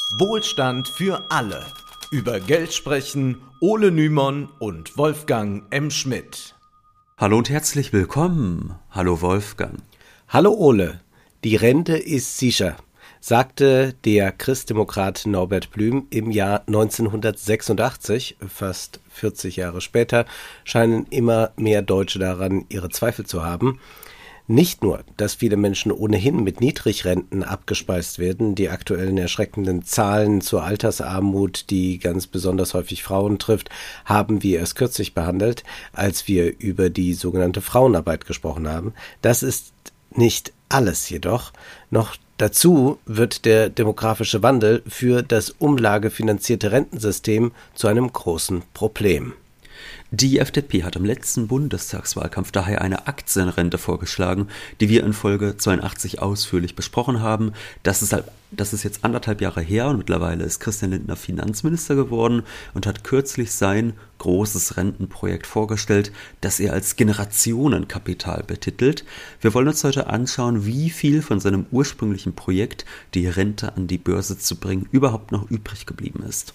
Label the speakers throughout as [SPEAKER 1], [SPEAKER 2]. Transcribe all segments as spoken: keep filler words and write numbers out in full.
[SPEAKER 1] Wohlstand für alle. Über Geld sprechen Ole Nymon und Wolfgang M. Schmidt.
[SPEAKER 2] Hallo und herzlich willkommen. Hallo Wolfgang.
[SPEAKER 3] Hallo Ole. Die Rente ist sicher, sagte der Christdemokrat Norbert Blüm im Jahr neunzehnhundertsechsundachtzig. Fast vierzig Jahre später scheinen immer mehr Deutsche daran ihre Zweifel zu haben. Nicht nur, dass viele Menschen ohnehin mit Niedrigrenten abgespeist werden, die aktuellen erschreckenden Zahlen zur Altersarmut, die ganz besonders häufig Frauen trifft, haben wir erst kürzlich behandelt, als wir über die sogenannte Frauenarbeit gesprochen haben. Das ist nicht alles jedoch. Noch dazu wird der demografische Wandel für das umlagefinanzierte Rentensystem zu einem großen Problem.
[SPEAKER 2] Die F D P hat im letzten Bundestagswahlkampf daher eine Aktienrente vorgeschlagen, die wir in Folge zweiundachtzig ausführlich besprochen haben. Das ist, halt, das ist jetzt anderthalb Jahre her und mittlerweile ist Christian Lindner Finanzminister geworden und hat kürzlich sein großes Rentenprojekt vorgestellt, das er als Generationenkapital betitelt. Wir wollen uns heute anschauen, wie viel von seinem ursprünglichen Projekt, die Rente an die Börse zu bringen, überhaupt noch übrig geblieben ist.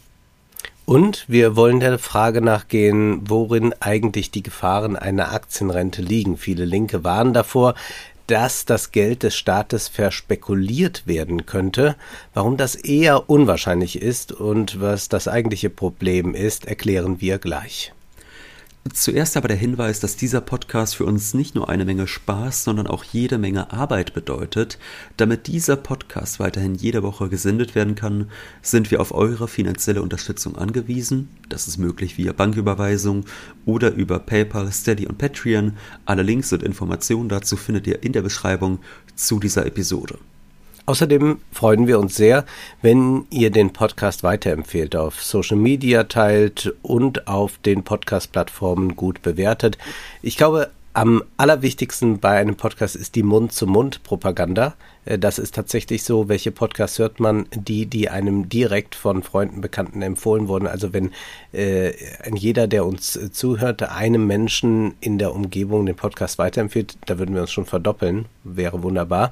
[SPEAKER 3] Und wir wollen der Frage nachgehen, worin eigentlich die Gefahren einer Aktienrente liegen. Viele Linke warnen davor, dass das Geld des Staates verspekuliert werden könnte. Warum das eher unwahrscheinlich ist und was das eigentliche Problem ist, erklären wir gleich.
[SPEAKER 2] Zuerst aber der Hinweis, dass dieser Podcast für uns nicht nur eine Menge Spaß, sondern auch jede Menge Arbeit bedeutet. Damit dieser Podcast weiterhin jede Woche gesendet werden kann, sind wir auf eure finanzielle Unterstützung angewiesen. Das ist möglich via Banküberweisung oder über PayPal, Steady und Patreon. Alle Links und Informationen dazu findet ihr in der Beschreibung zu dieser Episode.
[SPEAKER 3] Außerdem freuen wir uns sehr, wenn ihr den Podcast weiterempfehlt, auf Social Media teilt und auf den Podcast-Plattformen gut bewertet. Ich glaube, am allerwichtigsten bei einem Podcast ist die Mund-zu-Mund-Propaganda. Das ist tatsächlich so. Welche Podcasts hört man? Die, die einem direkt von Freunden, Bekannten empfohlen wurden. Also wenn äh, jeder, der uns äh, zuhört, einem Menschen in der Umgebung den Podcast weiterempfiehlt, da würden wir uns schon verdoppeln. Wäre wunderbar.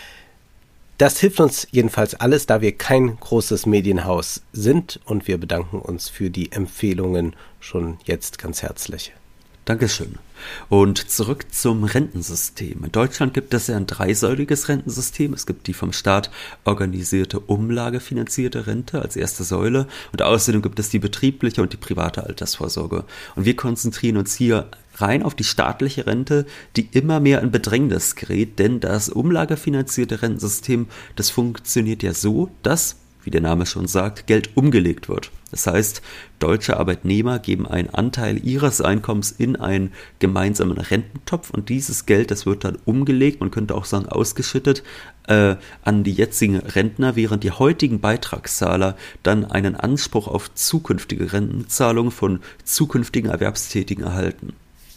[SPEAKER 3] Das hilft uns jedenfalls alles, da wir kein großes Medienhaus sind, und wir bedanken uns für die Empfehlungen schon jetzt ganz herzlich.
[SPEAKER 2] Dankeschön. Und zurück zum Rentensystem. In Deutschland gibt es ja ein dreisäuliges Rentensystem. Es gibt die vom Staat organisierte umlagefinanzierte Rente als erste Säule und außerdem gibt es die betriebliche und die private Altersvorsorge. Und wir konzentrieren uns hier rein auf die staatliche Rente, die immer mehr in Bedrängnis gerät, denn das umlagefinanzierte Rentensystem, das funktioniert ja so, dass, wie der Name schon sagt, Geld umgelegt wird. Das heißt, deutsche Arbeitnehmer geben einen Anteil ihres Einkommens in einen gemeinsamen Rententopf und dieses Geld, das wird dann umgelegt, man könnte auch sagen ausgeschüttet, äh, an die jetzigen Rentner, während die heutigen Beitragszahler dann einen Anspruch auf zukünftige Rentenzahlungen von zukünftigen Erwerbstätigen erhalten.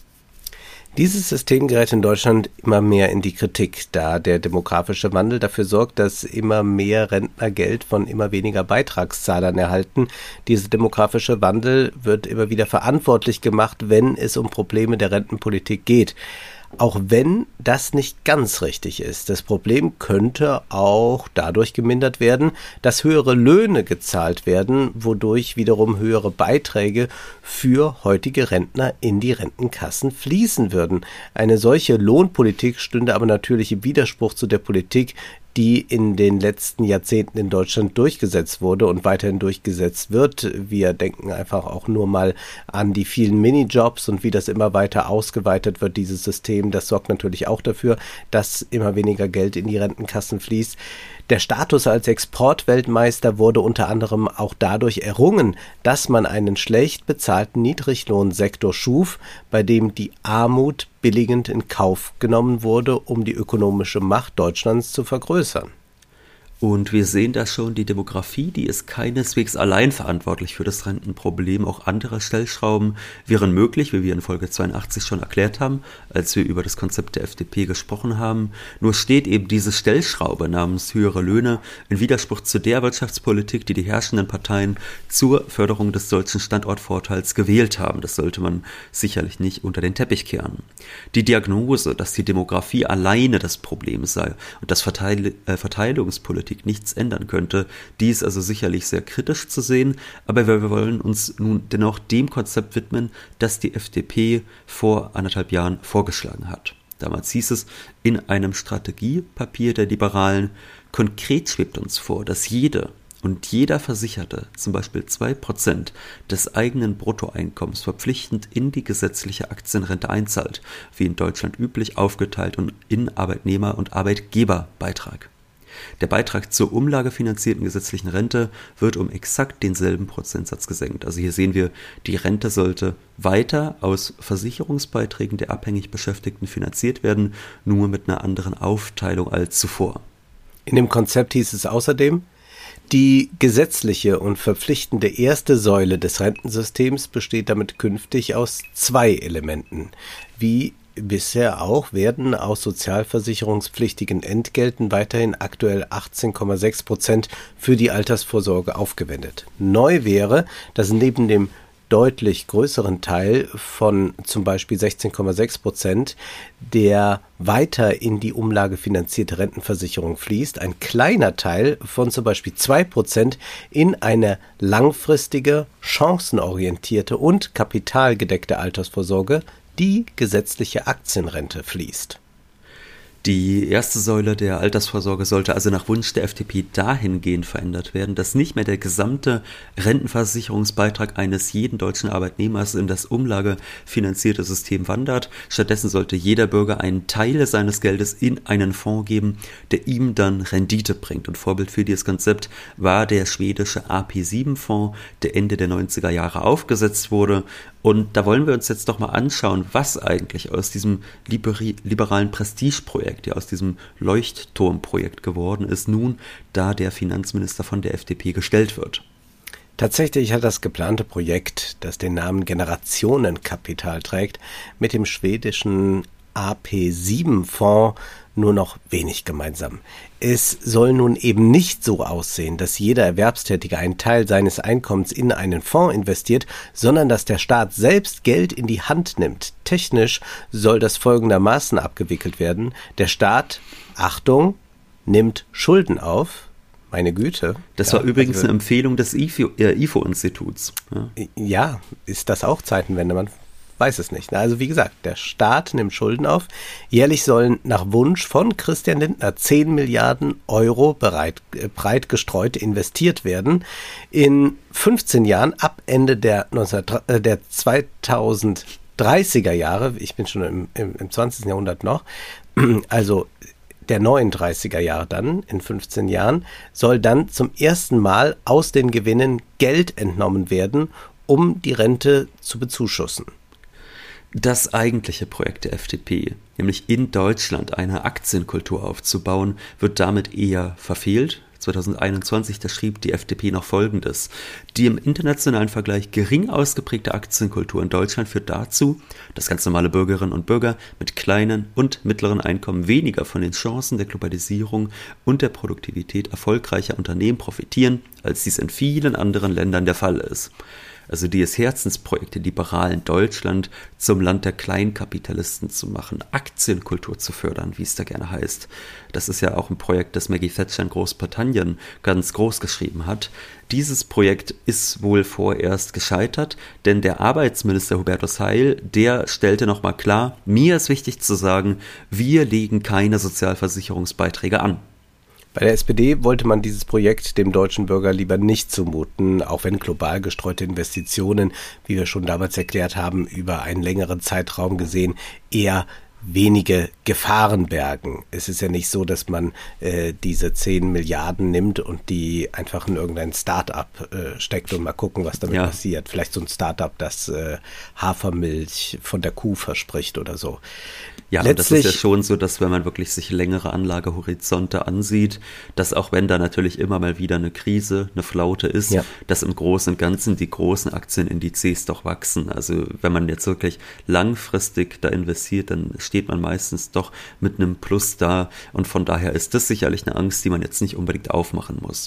[SPEAKER 3] Dieses System gerät in Deutschland immer mehr in die Kritik, da der demografische Wandel dafür sorgt, dass immer mehr Rentner Geld von immer weniger Beitragszahlern erhalten. Dieser demografische Wandel wird immer wieder verantwortlich gemacht, wenn es um Probleme der Rentenpolitik geht. Auch wenn das nicht ganz richtig ist. Das Problem könnte auch dadurch gemindert werden, dass höhere Löhne gezahlt werden, wodurch wiederum höhere Beiträge für heutige Rentner in die Rentenkassen fließen würden. Eine solche Lohnpolitik stünde aber natürlich im Widerspruch zu der Politik, die in den letzten Jahrzehnten in Deutschland durchgesetzt wurde und weiterhin durchgesetzt wird. Wir denken einfach auch nur mal an die vielen Minijobs und wie das immer weiter ausgeweitet wird, dieses System. Das sorgt natürlich auch dafür, dass immer weniger Geld in die Rentenkassen fließt. Der Status als Exportweltmeister wurde unter anderem auch dadurch errungen, dass man einen schlecht bezahlten Niedriglohnsektor schuf, bei dem die Armut billigend in Kauf genommen wurde, um die ökonomische Macht Deutschlands zu vergrößern.
[SPEAKER 2] Und wir sehen da schon, die Demografie, die ist keineswegs allein verantwortlich für das Rentenproblem. Auch andere Stellschrauben wären möglich, wie wir in Folge zweiundachtzig schon erklärt haben, als wir über das Konzept der F D P gesprochen haben. Nur steht eben diese Stellschraube namens höhere Löhne in Widerspruch zu der Wirtschaftspolitik, die die herrschenden Parteien zur Förderung des deutschen Standortvorteils gewählt haben. Das sollte man sicherlich nicht unter den Teppich kehren. Die Diagnose, dass die Demografie alleine das Problem sei und dass Verteil- äh, Verteilungspolitik Politik nichts ändern könnte. Die ist also sicherlich sehr kritisch zu sehen, aber wir wollen uns nun dennoch dem Konzept widmen, das die F D P vor anderthalb Jahren vorgeschlagen hat. Damals hieß es in einem Strategiepapier der Liberalen: Konkret schwebt uns vor, dass jede und jeder Versicherte zum Beispiel zwei Prozent des eigenen Bruttoeinkommens verpflichtend in die gesetzliche Aktienrente einzahlt, wie in Deutschland üblich, aufgeteilt und in Arbeitnehmer- und Arbeitgeberbeitrag. Der Beitrag zur umlagefinanzierten gesetzlichen Rente wird um exakt denselben Prozentsatz gesenkt. Also hier sehen wir, die Rente sollte weiter aus Versicherungsbeiträgen der abhängig Beschäftigten finanziert werden, nur mit einer anderen Aufteilung als zuvor.
[SPEAKER 3] In dem Konzept hieß es außerdem: Die gesetzliche und verpflichtende erste Säule des Rentensystems besteht damit künftig aus zwei Elementen. Wie bisher auch werden aus sozialversicherungspflichtigen Entgelten weiterhin aktuell achtzehn Komma sechs Prozent für die Altersvorsorge aufgewendet. Neu wäre, dass neben dem deutlich größeren Teil von zum Beispiel sechzehn Komma sechs Prozent, der weiter in die umlagefinanzierte Rentenversicherung fließt, ein kleiner Teil von zum Beispiel zwei Prozent in eine langfristige, chancenorientierte und kapitalgedeckte Altersvorsorge, die gesetzliche Aktienrente, fließt.
[SPEAKER 2] Die erste Säule der Altersvorsorge sollte also nach Wunsch der F D P dahingehend verändert werden, dass nicht mehr der gesamte Rentenversicherungsbeitrag eines jeden deutschen Arbeitnehmers in das umlagefinanzierte System wandert. Stattdessen sollte jeder Bürger einen Teil seines Geldes in einen Fonds geben, der ihm dann Rendite bringt. Und Vorbild für dieses Konzept war der schwedische A P sieben Fonds, der Ende der neunziger Jahre aufgesetzt wurde. Und da wollen wir uns jetzt doch mal anschauen, was eigentlich aus diesem liberi- liberalen Prestigeprojekt, ja aus diesem Leuchtturmprojekt geworden ist, nun da der Finanzminister von der F D P gestellt wird.
[SPEAKER 3] Tatsächlich hat das geplante Projekt, das den Namen Generationenkapital trägt, mit dem schwedischen A P sieben Fonds nur noch wenig gemeinsam. Es soll nun eben nicht so aussehen, dass jeder Erwerbstätige einen Teil seines Einkommens in einen Fonds investiert, sondern dass der Staat selbst Geld in die Hand nimmt. Technisch soll das folgendermaßen abgewickelt werden: Der Staat, Achtung, nimmt Schulden auf. Meine Güte.
[SPEAKER 2] Das
[SPEAKER 3] ja,
[SPEAKER 2] war übrigens
[SPEAKER 3] also,
[SPEAKER 2] eine Empfehlung des I F O Instituts. Ja.
[SPEAKER 3] ja, ist das auch Zeitenwende? Man weiß es nicht. Also wie gesagt, der Staat nimmt Schulden auf. Jährlich sollen nach Wunsch von Christian Lindner zehn Milliarden Euro bereit, äh, breit gestreut investiert werden. In fünfzehn Jahren, ab Ende der, neunzehn, äh, der zweitausenddreißiger Jahre, ich bin schon im, im, im zwanzigsten Jahrhundert noch, also der neununddreißiger Jahre dann, in fünfzehn Jahren, soll dann zum ersten Mal aus den Gewinnen Geld entnommen werden, um die Rente zu bezuschussen.
[SPEAKER 2] Das eigentliche Projekt der F D P, nämlich in Deutschland eine Aktienkultur aufzubauen, wird damit eher verfehlt. zweitausendeinundzwanzig, da schrieb die F D P noch Folgendes: Die im internationalen Vergleich gering ausgeprägte Aktienkultur in Deutschland führt dazu, dass ganz normale Bürgerinnen und Bürger mit kleinen und mittleren Einkommen weniger von den Chancen der Globalisierung und der Produktivität erfolgreicher Unternehmen profitieren, als dies in vielen anderen Ländern der Fall ist. Also dieses Herzensprojekt der Liberalen, Deutschland zum Land der Kleinkapitalisten zu machen, Aktienkultur zu fördern, wie es da gerne heißt. Das ist ja auch ein Projekt, das Maggie Thatcher in Großbritannien ganz groß geschrieben hat. Dieses Projekt ist wohl vorerst gescheitert, denn der Arbeitsminister Hubertus Heil, der stellte nochmal klar: Mir ist wichtig zu sagen, wir legen keine Sozialversicherungsbeiträge an.
[SPEAKER 3] Bei der S P D wollte man dieses Projekt dem deutschen Bürger lieber nicht zumuten, auch wenn global gestreute Investitionen, wie wir schon damals erklärt haben, über einen längeren Zeitraum gesehen, eher wenige Gefahren bergen. Es ist ja nicht so, dass man äh, diese zehn Milliarden nimmt und die einfach in irgendein Start-up äh, steckt und mal gucken, was damit ja. passiert. Vielleicht so ein Start-up, das äh, Hafermilch von der Kuh verspricht oder so.
[SPEAKER 2] Ja, und das ist ja schon so, dass wenn man wirklich sich längere Anlagehorizonte ansieht, dass auch wenn da natürlich immer mal wieder eine Krise, eine Flaute ist, ja. dass im Großen und Ganzen die großen Aktienindizes doch wachsen. Also wenn man jetzt wirklich langfristig da investiert, dann steht man meistens doch mit einem Plus da, und von daher ist das sicherlich eine Angst, die man jetzt nicht unbedingt aufmachen muss.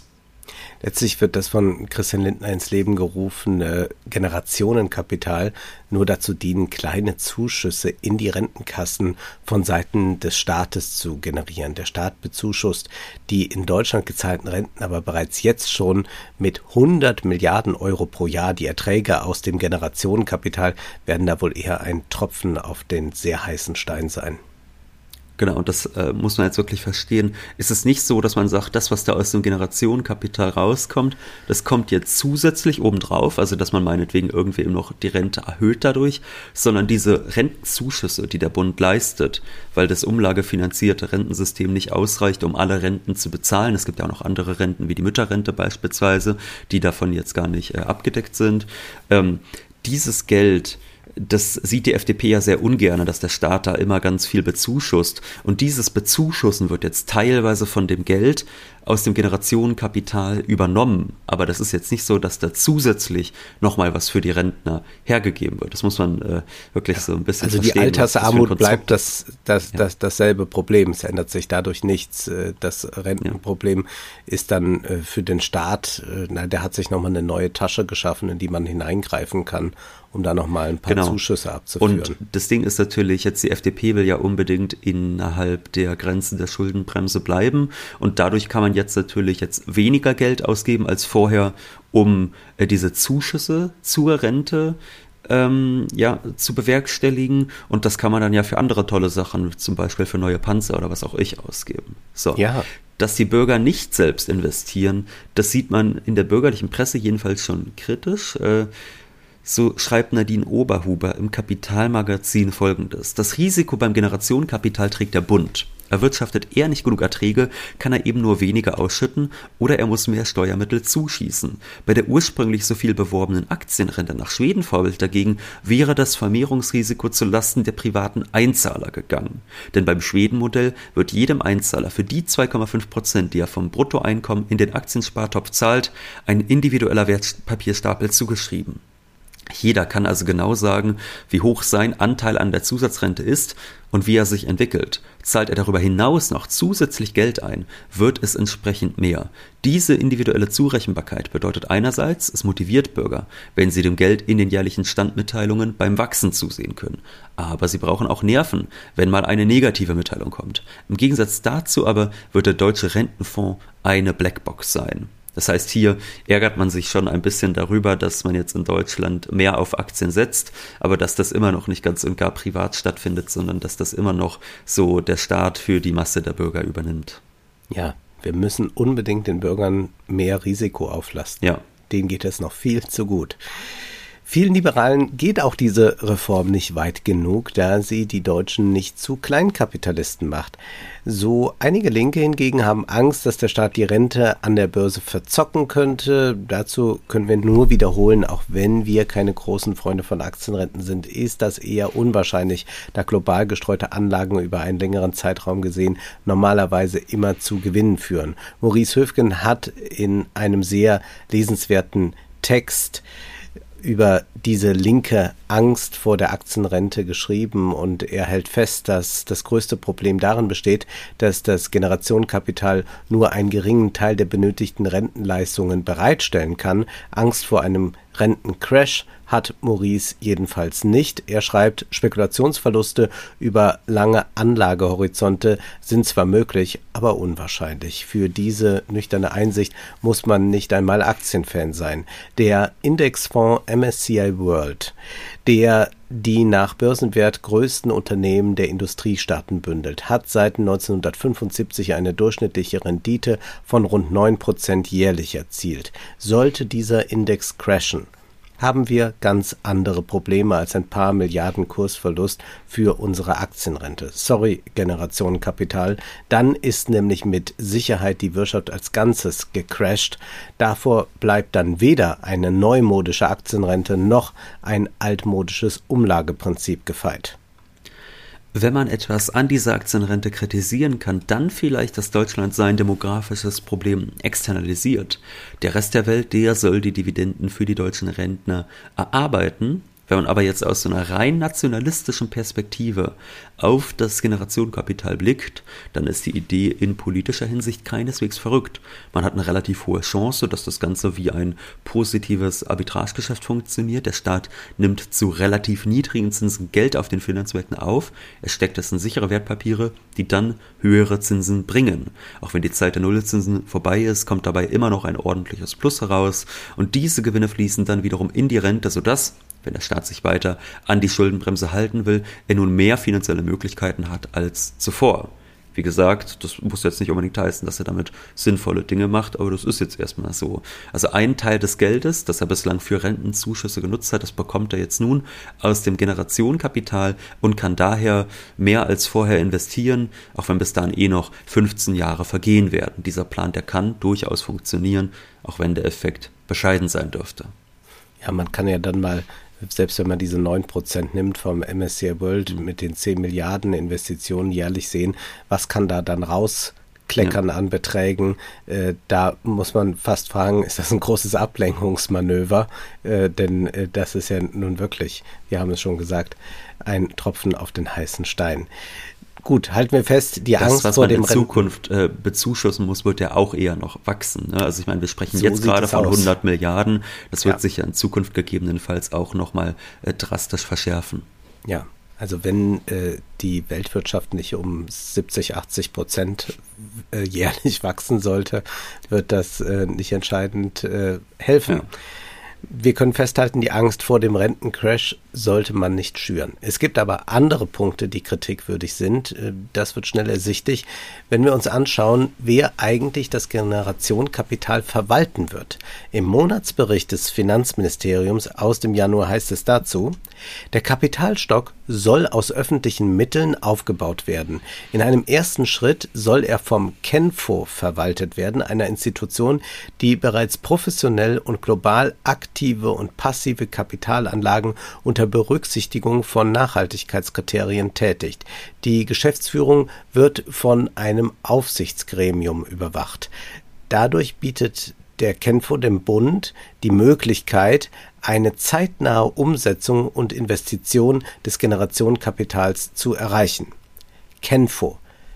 [SPEAKER 3] Letztlich wird das von Christian Lindner ins Leben gerufene Generationenkapital nur dazu dienen, kleine Zuschüsse in die Rentenkassen von Seiten des Staates zu generieren. Der Staat bezuschusst die in Deutschland gezahlten Renten aber bereits jetzt schon mit hundert Milliarden Euro pro Jahr. Die Erträge aus dem Generationenkapital werden da wohl eher ein Tropfen auf den sehr heißen Stein sein.
[SPEAKER 2] Genau, und das äh, muss man jetzt wirklich verstehen. Ist es nicht so, dass man sagt, das, was da aus dem Generationenkapital rauskommt, das kommt jetzt zusätzlich obendrauf, also dass man meinetwegen irgendwie eben noch die Rente erhöht dadurch, sondern diese Rentenzuschüsse, die der Bund leistet, weil das umlagefinanzierte Rentensystem nicht ausreicht, um alle Renten zu bezahlen. Es gibt ja auch noch andere Renten, wie die Mütterrente beispielsweise, die davon jetzt gar nicht äh, abgedeckt sind. Ähm, dieses Geld, das sieht die F D P ja sehr ungern, dass der Staat da immer ganz viel bezuschusst. Und dieses Bezuschussen wird jetzt teilweise von dem Geld aus dem Generationenkapital übernommen. Aber das ist jetzt nicht so, dass da zusätzlich nochmal was für die Rentner hergegeben wird. Das muss man äh, wirklich so ein bisschen
[SPEAKER 3] also
[SPEAKER 2] verstehen.
[SPEAKER 3] Also die Altersarmut bleibt das, das,
[SPEAKER 2] ja.
[SPEAKER 3] das, dasselbe Problem. Es ändert sich dadurch nichts. Das Rentenproblem ja. ist dann für den Staat, na, der hat sich nochmal eine neue Tasche geschaffen, in die man hineingreifen kann, um da nochmal ein paar genau. Zuschüsse abzuführen.
[SPEAKER 2] Und das Ding ist natürlich, jetzt die F D P will ja unbedingt innerhalb der Grenzen der Schuldenbremse bleiben und dadurch kann man jetzt natürlich jetzt weniger Geld ausgeben als vorher, um äh, diese Zuschüsse zur Rente ähm, ja, zu bewerkstelligen und das kann man dann ja für andere tolle Sachen, zum Beispiel für neue Panzer oder was auch ich ausgeben. So.
[SPEAKER 3] Ja.
[SPEAKER 2] Dass die Bürger nicht selbst investieren, das sieht man in der bürgerlichen Presse jedenfalls schon kritisch. Äh, So schreibt Nadine Oberhuber im Kapitalmagazin Folgendes. Das Risiko beim Generationenkapital trägt der Bund. Erwirtschaftet er nicht genug Erträge, kann er eben nur weniger ausschütten oder er muss mehr Steuermittel zuschießen. Bei der ursprünglich so viel beworbenen Aktienrente nach Schweden-Vorbild dagegen wäre das Vermehrungsrisiko zulasten der privaten Einzahler gegangen. Denn beim Schweden-Modell wird jedem Einzahler für die zwei Komma fünf Prozent, die er vom Bruttoeinkommen in den Aktienspartopf zahlt, ein individueller Wertpapierstapel zugeschrieben. Jeder kann also genau sagen, wie hoch sein Anteil an der Zusatzrente ist und wie er sich entwickelt. Zahlt er darüber hinaus noch zusätzlich Geld ein, wird es entsprechend mehr. Diese individuelle Zurechenbarkeit bedeutet einerseits, es motiviert Bürger, wenn sie dem Geld in den jährlichen Standmitteilungen beim Wachsen zusehen können. Aber sie brauchen auch Nerven, wenn mal eine negative Mitteilung kommt. Im Gegensatz dazu aber wird der deutsche Rentenfonds eine Blackbox sein. Das heißt, hier ärgert man sich schon ein bisschen darüber, dass man jetzt in Deutschland mehr auf Aktien setzt, aber dass das immer noch nicht ganz und gar privat stattfindet, sondern dass das immer noch so der Staat für die Masse der Bürger übernimmt.
[SPEAKER 3] Ja, wir müssen unbedingt den Bürgern mehr Risiko auflasten.
[SPEAKER 2] Ja.
[SPEAKER 3] Denen geht es noch viel zu gut. Vielen Liberalen geht auch diese Reform nicht weit genug, da sie die Deutschen nicht zu Kleinkapitalisten macht. So einige Linke hingegen haben Angst, dass der Staat die Rente an der Börse verzocken könnte. Dazu können wir nur wiederholen, auch wenn wir keine großen Freunde von Aktienrenten sind, ist das eher unwahrscheinlich, da global gestreute Anlagen über einen längeren Zeitraum gesehen normalerweise immer zu Gewinnen führen. Maurice Höfgen hat in einem sehr lesenswerten Text über diese linke Angst vor der Aktienrente geschrieben und er hält fest, dass das größte Problem darin besteht, dass das Generationenkapital nur einen geringen Teil der benötigten Rentenleistungen bereitstellen kann. Angst vor einem Rentencrash hat Maurice jedenfalls nicht. Er schreibt, Spekulationsverluste über lange Anlagehorizonte sind zwar möglich, aber unwahrscheinlich. Für diese nüchterne Einsicht muss man nicht einmal Aktienfan sein. Der Indexfonds M S C I World, der die nach Börsenwert größten Unternehmen der Industriestaaten bündelt, hat seit neunzehnhundertfünfundsiebzig eine durchschnittliche Rendite von rund neun Prozent jährlich erzielt. Sollte dieser Index crashen, haben wir ganz andere Probleme als ein paar Milliarden Kursverlust für unsere Aktienrente. Sorry, Generationenkapital. Dann ist nämlich mit Sicherheit die Wirtschaft als Ganzes gecrasht. Davor bleibt dann weder eine neumodische Aktienrente noch ein altmodisches Umlageprinzip gefeit.
[SPEAKER 2] Wenn man etwas an dieser Aktienrente kritisieren kann, dann vielleicht, dass Deutschland sein demografisches Problem externalisiert. Der Rest der Welt, der soll die Dividenden für die deutschen Rentner erarbeiten. Wenn man aber jetzt aus so einer rein nationalistischen Perspektive auf das Generationenkapital blickt, dann ist die Idee in politischer Hinsicht keineswegs verrückt. Man hat eine relativ hohe Chance, dass das Ganze wie ein positives Arbitragegeschäft funktioniert. Der Staat nimmt zu relativ niedrigen Zinsen Geld auf den Finanzmärkten auf. Er steckt es in sichere Wertpapiere, die dann höhere Zinsen bringen. Auch wenn die Zeit der Nullzinsen vorbei ist, kommt dabei immer noch ein ordentliches Plus heraus. Und diese Gewinne fließen dann wiederum in die Rente, sodass, wenn der Staat sich weiter an die Schuldenbremse halten will, er nun mehr finanzielle Möglichkeiten hat als zuvor. Wie gesagt, das muss jetzt nicht unbedingt heißen, dass er damit sinnvolle Dinge macht, aber das ist jetzt erstmal so. Also ein Teil des Geldes, das er bislang für Rentenzuschüsse genutzt hat, das bekommt er jetzt nun aus dem Generationenkapital und kann daher mehr als vorher investieren, auch wenn bis dahin eh noch fünfzehn Jahre vergehen werden. Dieser Plan, der kann durchaus funktionieren, auch wenn der Effekt bescheiden sein dürfte.
[SPEAKER 3] Ja, man kann ja dann mal, selbst wenn man diese neun Prozent nimmt vom M S C I World mit den zehn Milliarden Investitionen jährlich sehen, was kann da dann rauskleckern ja. an Beträgen? Äh, da muss man fast fragen, ist das ein großes Ablenkungsmanöver? Äh, denn äh, das ist ja nun wirklich, wir haben es schon gesagt, ein Tropfen auf den heißen Stein. Gut, halten wir fest, die
[SPEAKER 2] das,
[SPEAKER 3] Angst
[SPEAKER 2] was
[SPEAKER 3] vor
[SPEAKER 2] man
[SPEAKER 3] dem
[SPEAKER 2] in Zukunft äh, bezuschussen muss, wird ja auch eher noch wachsen. Ne? Also ich meine, wir sprechen
[SPEAKER 3] so
[SPEAKER 2] jetzt gerade von
[SPEAKER 3] aus.
[SPEAKER 2] hundert Milliarden. Das wird
[SPEAKER 3] ja.
[SPEAKER 2] sich ja in Zukunft gegebenenfalls auch nochmal äh, drastisch verschärfen.
[SPEAKER 3] Ja, also wenn äh, die Weltwirtschaft nicht um siebzig, achtzig Prozent äh, jährlich wachsen sollte, wird das äh, nicht entscheidend äh, helfen. Ja. Wir können festhalten, die Angst vor dem Rentencrash sollte man nicht schüren. Es gibt aber andere Punkte, die kritikwürdig sind. Das wird schnell ersichtlich, wenn wir uns anschauen, wer eigentlich das Generationenkapital verwalten wird. Im Monatsbericht des Finanzministeriums aus dem Januar heißt es dazu, der Kapitalstock soll aus öffentlichen Mitteln aufgebaut werden. In einem ersten Schritt soll er vom Kenfo verwaltet werden, einer Institution, die bereits professionell und global aktive und passive Kapitalanlagen unter Berücksichtigung von Nachhaltigkeitskriterien tätigt. Die Geschäftsführung wird von einem Aufsichtsgremium überwacht. Dadurch bietet der Kenfo dem Bund die Möglichkeit, eine zeitnahe Umsetzung und Investition des Generationenkapitals zu erreichen. Kenfo,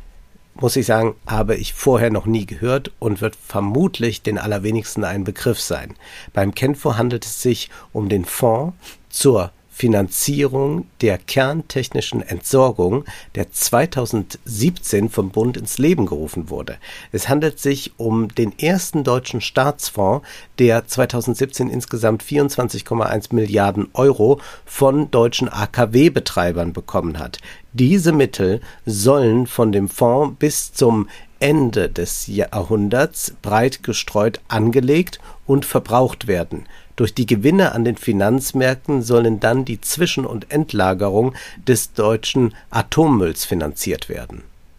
[SPEAKER 3] muss ich sagen, habe ich vorher noch nie gehört und wird vermutlich den allerwenigsten ein Begriff sein. Beim Kenfo handelt es sich um den Fonds zur Finanzierung der kerntechnischen Entsorgung, der zweitausendsiebzehn vom Bund ins Leben gerufen wurde. Es handelt sich um den ersten deutschen Staatsfonds, der zweitausendsiebzehn insgesamt vierundzwanzig Komma eins Milliarden Euro von deutschen A K W-Betreibern bekommen hat. Diese Mittel sollen von dem Fonds bis zum Ende des Jahrhunderts breit gestreut angelegt und verbraucht werden. Durch die Gewinne an den Finanzmärkten sollen dann die Zwischen- und Endlagerung des deutschen Atommülls finanziert werden.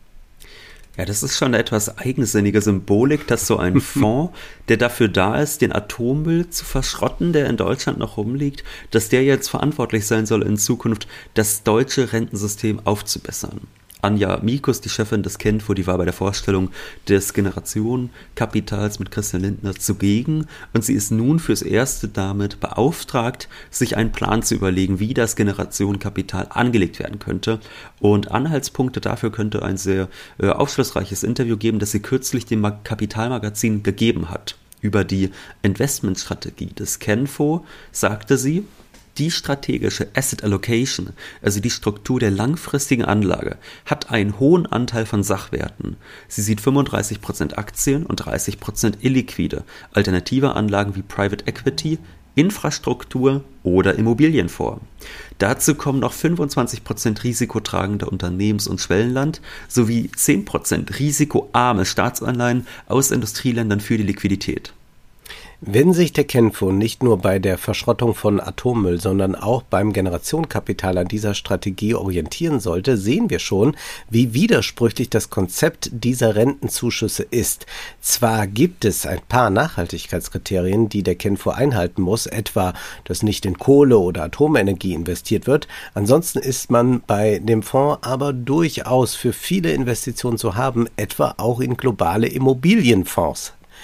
[SPEAKER 2] Ja, das ist schon eine etwas eigensinnige Symbolik, dass so ein Fonds, der dafür da ist, den Atommüll zu verschrotten, der in Deutschland noch rumliegt, dass der jetzt verantwortlich sein soll, in Zukunft das deutsche Rentensystem aufzubessern. Anja Mikus, die Chefin des Kenfo, die war bei der Vorstellung des Generationenkapitals mit Christian Lindner zugegen und sie ist nun fürs Erste damit beauftragt, sich einen Plan zu überlegen, wie das Generationenkapital angelegt werden könnte. Und Anhaltspunkte dafür könnte ein sehr äh, aufschlussreiches Interview geben, das sie kürzlich dem Kapitalmagazin gegeben hat. Über die Investmentstrategie des Kenfo sagte sie: Die strategische Asset Allocation, also die Struktur der langfristigen Anlage, hat einen hohen Anteil von Sachwerten. Sie sieht fünfunddreißig Prozent Aktien und dreißig Prozent illiquide, alternative Anlagen wie Private Equity, Infrastruktur oder Immobilien vor. Dazu kommen noch fünfundzwanzig Prozent risikotragende Unternehmens- und Schwellenland sowie zehn Prozent risikoarme Staatsanleihen aus Industrieländern für die Liquidität.
[SPEAKER 3] Wenn sich der Kenfo nicht nur bei der Verschrottung von Atommüll, sondern auch beim Generationenkapital an dieser Strategie orientieren sollte, sehen wir schon, wie widersprüchlich das Konzept dieser Rentenzuschüsse ist. Zwar gibt es ein paar Nachhaltigkeitskriterien, die der Kenfo einhalten muss, etwa, dass nicht in Kohle oder Atomenergie investiert wird. Ansonsten ist man bei dem Fonds aber durchaus für viele Investitionen zu haben, etwa auch in globale Immobilienfonds.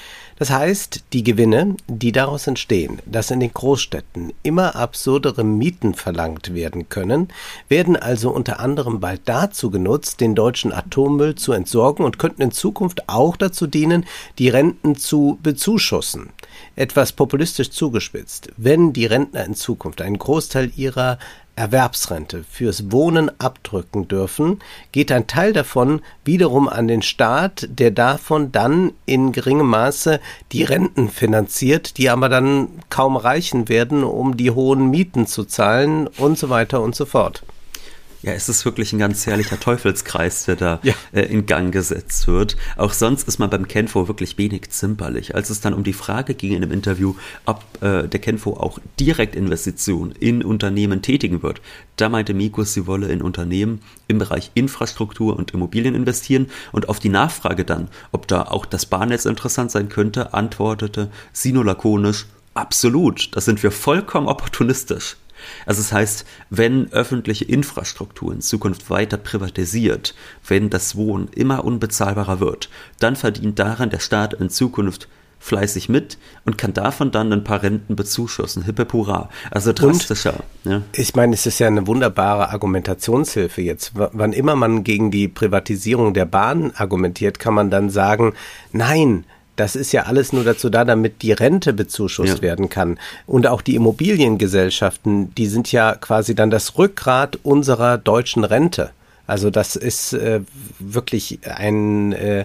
[SPEAKER 3] Das heißt, die Gewinne, die daraus entstehen, dass in den Großstädten immer absurdere Mieten verlangt werden können, werden also unter anderem bald dazu genutzt, den deutschen Atommüll zu entsorgen und könnten in Zukunft auch dazu dienen, die Renten zu bezuschussen. Etwas populistisch zugespitzt, wenn die Rentner in Zukunft einen Großteil ihrer Erwerbsrente fürs Wohnen abdrücken dürfen, geht ein Teil davon wiederum an den Staat, der davon dann in geringem Maße die Renten finanziert, die aber dann kaum reichen werden, um die hohen Mieten zu zahlen und so weiter und so fort.
[SPEAKER 2] Ja, es ist wirklich ein ganz herrlicher Teufelskreis, der da
[SPEAKER 3] ja.
[SPEAKER 2] äh, in Gang gesetzt wird. Auch sonst ist man beim Kenfo wirklich wenig zimperlich. Als es dann um die Frage ging in einem Interview, ob äh, der Kenfo auch Direktinvestitionen in Unternehmen tätigen wird, da meinte Mikus, sie wolle in Unternehmen im Bereich Infrastruktur und Immobilien investieren. Und auf die Nachfrage dann, ob da auch das Bahnnetz interessant sein könnte, antwortete sie nur lakonisch: Absolut, das sind wir vollkommen opportunistisch. Also das heißt, wenn öffentliche Infrastruktur in Zukunft weiter privatisiert, wenn das Wohnen immer unbezahlbarer wird, dann verdient daran der Staat in Zukunft fleißig mit und kann davon dann ein paar Renten bezuschussen. Hippe hurra. Also drastischer. Ja.
[SPEAKER 3] Ich meine, es ist ja eine wunderbare Argumentationshilfe jetzt. W- wann immer man gegen die Privatisierung der Bahn argumentiert, kann man dann sagen, nein, das ist ja alles nur dazu da, damit die Rente bezuschusst ja. werden kann. Und auch die Immobiliengesellschaften, die sind ja quasi dann das Rückgrat unserer deutschen Rente. Also das ist äh, wirklich ein äh,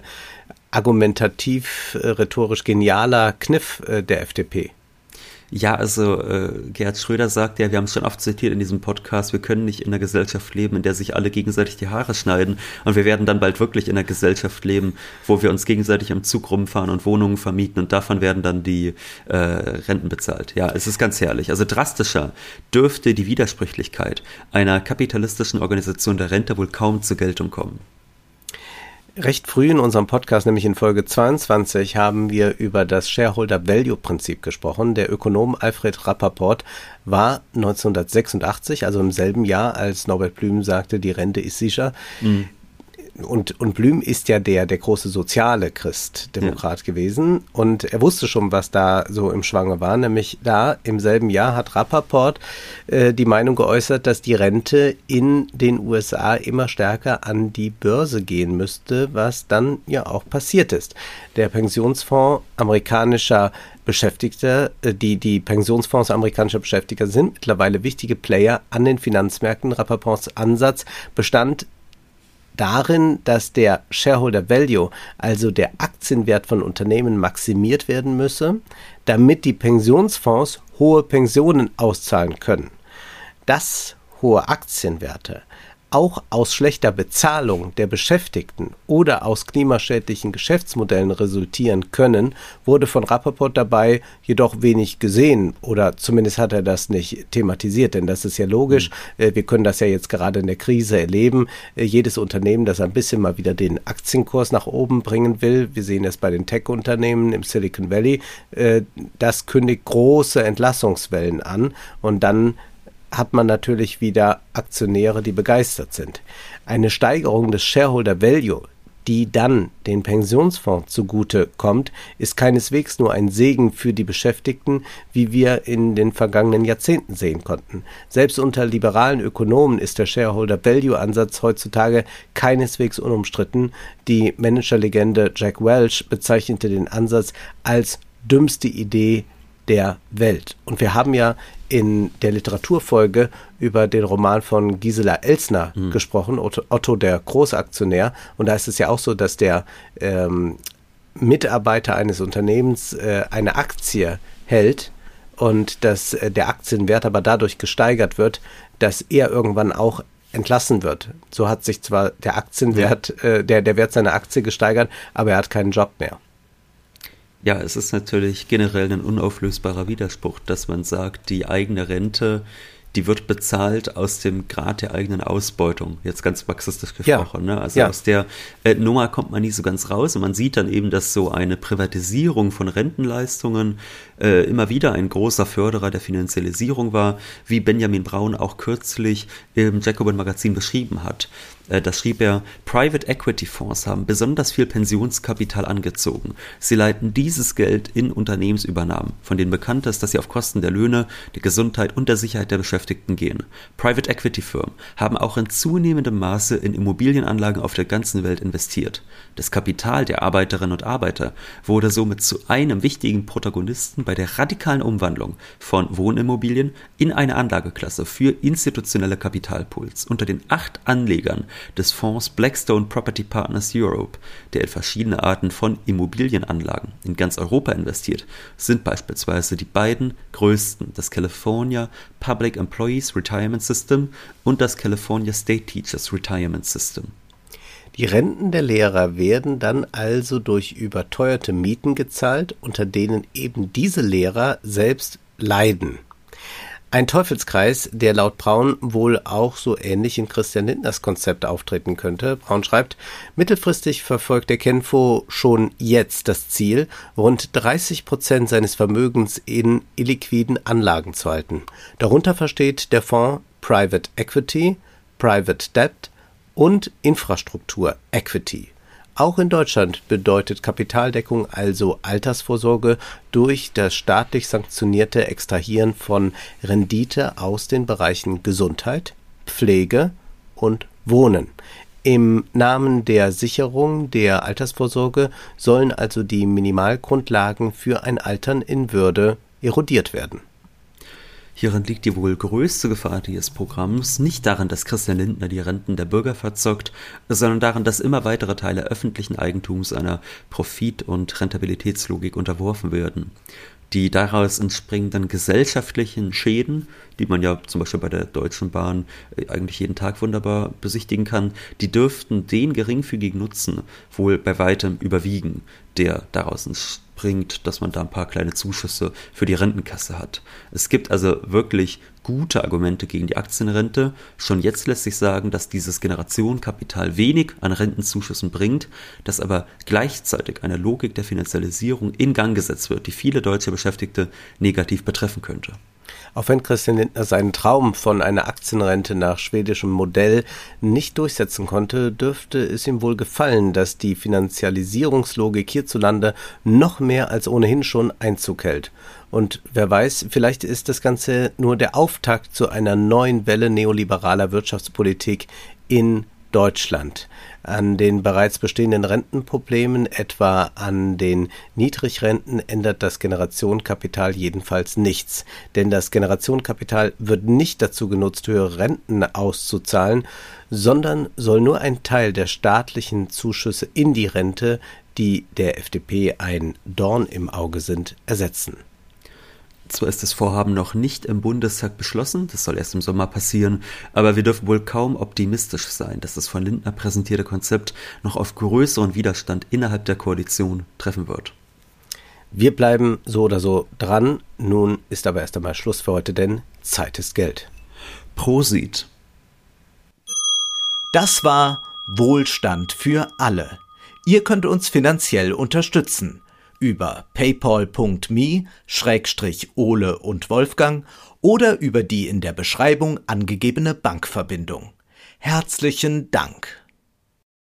[SPEAKER 3] argumentativ, äh, rhetorisch genialer Kniff äh, der F D P.
[SPEAKER 2] Ja, also äh, Gerhard Schröder sagt ja, wir haben es schon oft zitiert in diesem Podcast, wir können nicht in einer Gesellschaft leben, in der sich alle gegenseitig die Haare schneiden, und wir werden dann bald wirklich in einer Gesellschaft leben, wo wir uns gegenseitig am Zug rumfahren und Wohnungen vermieten, und davon werden dann die äh, Renten bezahlt. Ja, es ist ganz herrlich. Also drastischer dürfte die Widersprüchlichkeit einer kapitalistischen Organisation der Rente wohl kaum zur Geltung kommen.
[SPEAKER 3] Recht früh in unserem Podcast, nämlich in Folge zweiundzwanzig, haben wir über das Shareholder-Value-Prinzip gesprochen. Der Ökonom Alfred Rappaport war neunzehnhundertsechsundachtzig, also im selben Jahr, als Norbert Blüm sagte, die Rente ist sicher. Mhm. Und, und Blüm ist ja der, der große soziale Christdemokrat ja. gewesen. Und er wusste schon, was da so im Schwange war. Nämlich da im selben Jahr hat Rappaport äh, die Meinung geäußert, dass die Rente in den U S A immer stärker an die Börse gehen müsste, was dann ja auch passiert ist. Der Pensionsfonds amerikanischer Beschäftigter, die, die Pensionsfonds amerikanischer Beschäftigter sind mittlerweile wichtige Player an den Finanzmärkten. Rappaports Ansatz bestand darin, dass der Shareholder Value, also der Aktienwert von Unternehmen, maximiert werden müsse, damit die Pensionsfonds hohe Pensionen auszahlen können. Dass hohe Aktienwerte auch aus schlechter Bezahlung der Beschäftigten oder aus klimaschädlichen Geschäftsmodellen resultieren können, wurde von Rappaport dabei jedoch wenig gesehen, oder zumindest hat er das nicht thematisiert, denn das ist ja logisch. Mhm. Wir können das ja jetzt gerade in der Krise erleben. Jedes Unternehmen, das ein bisschen mal wieder den Aktienkurs nach oben bringen will, wir sehen es bei den Tech-Unternehmen im Silicon Valley, das kündigt große Entlassungswellen an, und dann hat man natürlich wieder Aktionäre, die begeistert sind. Eine Steigerung des Shareholder Value, die dann den Pensionsfonds zugute kommt, ist keineswegs nur ein Segen für die Beschäftigten, wie wir in den vergangenen Jahrzehnten sehen konnten. Selbst unter liberalen Ökonomen ist der Shareholder Value Ansatz heutzutage keineswegs unumstritten. Die Managerlegende Jack Welch bezeichnete den Ansatz als dümmste Idee der Welt. Und wir haben ja in der Literaturfolge über den Roman von Gisela Elsner mhm. gesprochen, Otto, Otto der Großaktionär. Und da ist es ja auch so, dass der ähm, Mitarbeiter eines Unternehmens äh, eine Aktie hält und dass äh, der Aktienwert aber dadurch gesteigert wird, dass er irgendwann auch entlassen wird. So hat sich zwar der Aktienwert, ja. äh, der, der Wert seiner Aktie gesteigert, aber er hat keinen Job mehr.
[SPEAKER 2] Ja, es ist natürlich generell ein unauflösbarer Widerspruch, dass man sagt, die eigene Rente, die wird bezahlt aus dem Grad der eigenen Ausbeutung, jetzt ganz marxistisch gesprochen. Ja. Ne? Also ja. aus der äh, Nummer kommt man nie so ganz raus und man sieht dann eben, dass so eine Privatisierung von Rentenleistungen äh, immer wieder ein großer Förderer der Finanzialisierung war, wie Benjamin Braun auch kürzlich im Jacobin-Magazin beschrieben hat. Das schrieb er, Private Equity Fonds haben besonders viel Pensionskapital angezogen. Sie leiten dieses Geld in Unternehmensübernahmen, von denen bekannt ist, dass sie auf Kosten der Löhne, der Gesundheit und der Sicherheit der Beschäftigten gehen. Private Equity Firmen haben auch in zunehmendem Maße in Immobilienanlagen auf der ganzen Welt investiert. Das Kapital der Arbeiterinnen und Arbeiter wurde somit zu einem wichtigen Protagonisten bei der radikalen Umwandlung von Wohnimmobilien in eine Anlageklasse für institutionelle Kapitalpools. Unter den acht Anlegern des Fonds Blackstone Property Partners Europe, der in verschiedene Arten von Immobilienanlagen in ganz Europa investiert, sind beispielsweise die beiden größten, das California Public Employees Retirement System und das California State Teachers Retirement System.
[SPEAKER 3] Die Renten der Lehrer werden dann also durch überteuerte Mieten gezahlt, unter denen eben diese Lehrer selbst leiden. Ein Teufelskreis, der laut Braun wohl auch so ähnlich in Christian Lindners Konzept auftreten könnte. Braun schreibt, mittelfristig verfolgt der Kenfo schon jetzt das Ziel, rund dreißig Prozent seines Vermögens in illiquiden Anlagen zu halten. Darunter versteht der Fonds Private Equity, Private Debt und Infrastruktur Equity. Auch in Deutschland bedeutet Kapitaldeckung also Altersvorsorge durch das staatlich sanktionierte Extrahieren von Rendite aus den Bereichen Gesundheit, Pflege und Wohnen. Im Namen der Sicherung der Altersvorsorge sollen also die Minimalgrundlagen für ein Altern in Würde erodiert werden.
[SPEAKER 2] Hierin liegt die wohl größte Gefahr dieses Programms nicht darin, dass Christian Lindner die Renten der Bürger verzockt, sondern darin, dass immer weitere Teile öffentlichen Eigentums einer Profit- und Rentabilitätslogik unterworfen werden. Die daraus entspringenden gesellschaftlichen Schäden, die man ja zum Beispiel bei der Deutschen Bahn eigentlich jeden Tag wunderbar besichtigen kann, die dürften den geringfügigen Nutzen wohl bei weitem überwiegen, der daraus entspringt, dass man da ein paar kleine Zuschüsse für die Rentenkasse hat. Es gibt also wirklich gute Argumente gegen die Aktienrente. Schon jetzt lässt sich sagen, dass dieses Generationenkapital wenig an Rentenzuschüssen bringt, dass aber gleichzeitig eine Logik der Finanzialisierung in Gang gesetzt wird, die viele deutsche Beschäftigte negativ betreffen könnte.
[SPEAKER 3] Auch wenn Christian Lindner seinen Traum von einer Aktienrente nach schwedischem Modell nicht durchsetzen konnte, dürfte es ihm wohl gefallen, dass die Finanzialisierungslogik hierzulande noch mehr als ohnehin schon Einzug hält. Und wer weiß, vielleicht ist das Ganze nur der Auftakt zu einer neuen Welle neoliberaler Wirtschaftspolitik in Deutschland. An den bereits bestehenden Rentenproblemen, etwa an den Niedrigrenten, ändert das Generationenkapital jedenfalls nichts. Denn das Generationenkapital wird nicht dazu genutzt, höhere Renten auszuzahlen, sondern soll nur einen Teil der staatlichen Zuschüsse in die Rente, die der F D P ein Dorn im Auge sind, ersetzen.
[SPEAKER 2] Zwar ist das Vorhaben noch nicht im Bundestag beschlossen, das soll erst im Sommer passieren, aber wir dürfen wohl kaum optimistisch sein, dass das von Lindner präsentierte Konzept noch auf größeren Widerstand innerhalb der Koalition treffen wird.
[SPEAKER 3] Wir bleiben so oder so dran. Nun ist aber erst einmal Schluss für heute, denn Zeit ist Geld.
[SPEAKER 2] Prosit.
[SPEAKER 1] Das war Wohlstand für alle. Ihr könnt uns finanziell unterstützen. Über paypal punkt me Schrägstrich Ole und Wolfgang oder über die in der Beschreibung angegebene Bankverbindung. Herzlichen Dank!